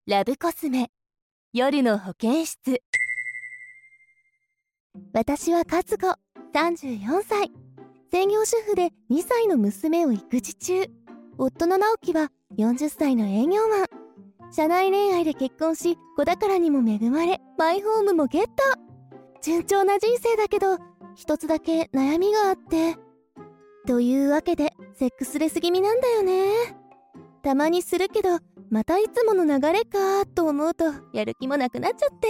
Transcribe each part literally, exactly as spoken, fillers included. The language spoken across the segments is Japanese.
ラブコスメ夜の保健室。私は和子、さんじゅうよんさい、専業主婦でにさいの娘を育児中。夫の直樹はよんじゅっさいの営業マン。社内恋愛で結婚し、子宝にも恵まれ、マイホームもゲット。順調な人生だけど、一つだけ悩みがあって。というわけで、セックスレス気味なんだよね。たまにするけど、またいつもの流れかと思うと、やる気もなくなっちゃって。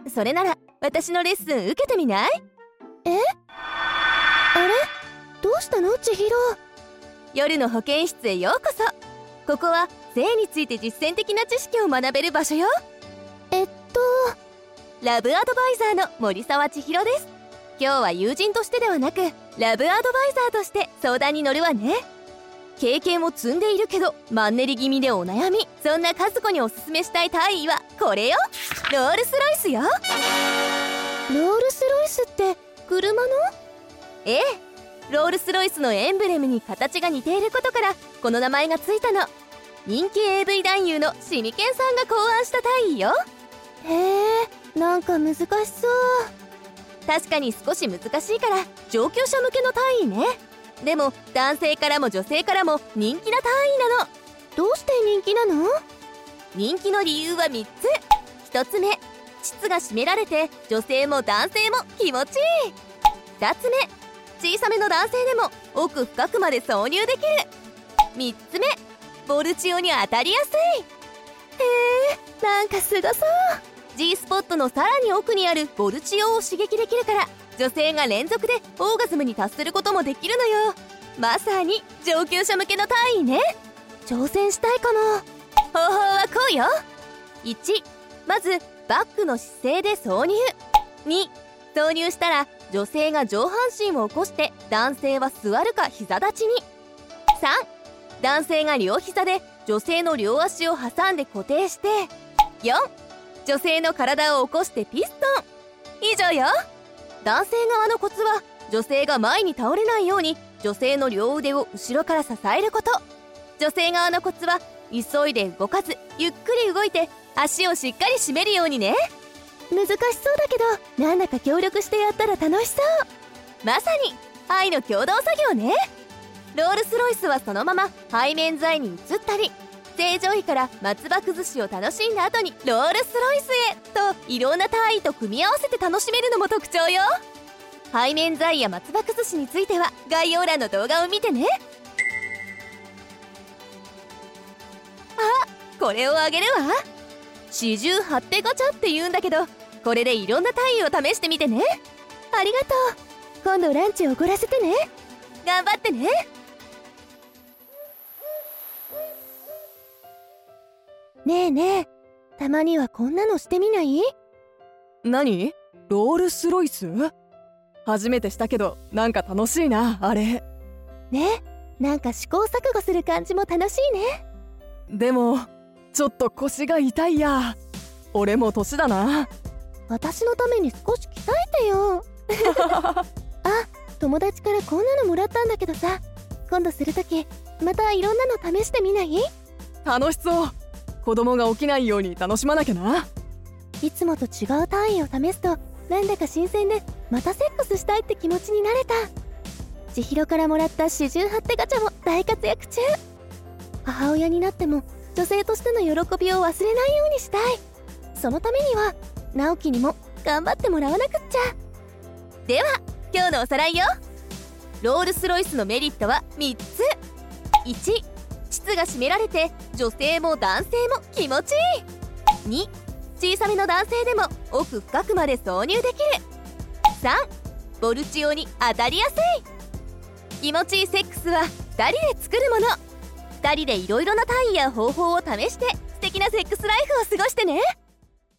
それなら、私のレッスン受けてみない？え？あれ？どうしたの千尋？夜の保健室へようこそ。ここは性について実践的な知識を学べる場所よ。えっとラブアドバイザーの森沢千尋です。今日は友人としてではなく、ラブアドバイザーとして相談に乗るわね。経験を積んでいるけどマンネリ気味でお悩み、そんな和子におすすめしたい単位はこれよ。ロールスロイスよ。ロールスロイスって車の？ええ、ロールスロイスのエンブレムに形が似ていることからこの名前がついたの。人気 エーブイ 男優のシミケンさんが考案した単位よ。へえ、なんか難しそう。確かに少し難しいから上級者向けの単位ね。でも男性からも女性からも人気な単位なの。どうして人気なの？人気の理由はみっつ。ひとつめ、膣が締められて女性も男性も気持ちいい。ふたつめ、小さめの男性でも奥深くまで挿入できる。みっつめ、ボルチオに当たりやすい。へえ、なんかすごそう。 G スポットのさらに奥にあるボルチオを刺激できるから女性が連続でオーガズムに達することもできるのよ。まさに上級者向けの単位ね。挑戦したいかも。方法はこうよ。いち、まずバックの姿勢で挿入。に、挿入したら女性が上半身を起こして男性は座るか膝立ちに。さん、男性が両膝で女性の両足を挟んで固定して。よん、女性の体を起こしてピストン。以上よ。男性側のコツは女性が前に倒れないように女性の両腕を後ろから支えること。女性側のコツは急いで動かずゆっくり動いて足をしっかり締めるようにね。難しそうだけどなんだか協力してやったら楽しそう。まさに愛の共同作業ね。ロールスロイスはそのまま背面剤に移ったり、正常位から松葉崩しを楽しんだ後にロールスロイスへといろんな単位と組み合わせて楽しめるのも特徴よ。背面剤や松葉崩しについては概要欄の動画を見てね。あ、これをあげるわ。四十八手ガチャって言うんだけど、これでいろんな単位を試してみてね。ありがとう。今度ランチおごらせてね。頑張ってね。ねえねえ、たまにはこんなのしてみない？ 何？ロールスロイス？初めてしたけどなんか楽しいな、あれ。 ね、なんか試行錯誤する感じも楽しいね。 でもちょっと腰が痛いや。俺も年だな。 私のために少し鍛えてよ。あ、友達からこんなのもらったんだけどさ、今度するときまたいろんなの試してみない？ 楽しそう。子供が起きないように楽しまなきゃな。 いつもと違う単位を試すとなんだか新鮮でまたセックスしたいって気持ちになれた。千尋からもらった四十八手ガチャも大活躍中。母親になっても女性としての喜びを忘れないようにしたい。そのためには直樹にも頑張ってもらわなくっちゃ。では今日のおさらいよ。ロールスロイスのメリットはみっつ。いち、膣が締められて女性も男性も気持ちいい。に、小さめの男性でも奥深くまで挿入できる。さん、ボルチオに当たりやすい。気持ちいいセックスはふたりで作るもの。ふたりでいろいろな単位や方法を試して素敵なセックスライフを過ごしてね。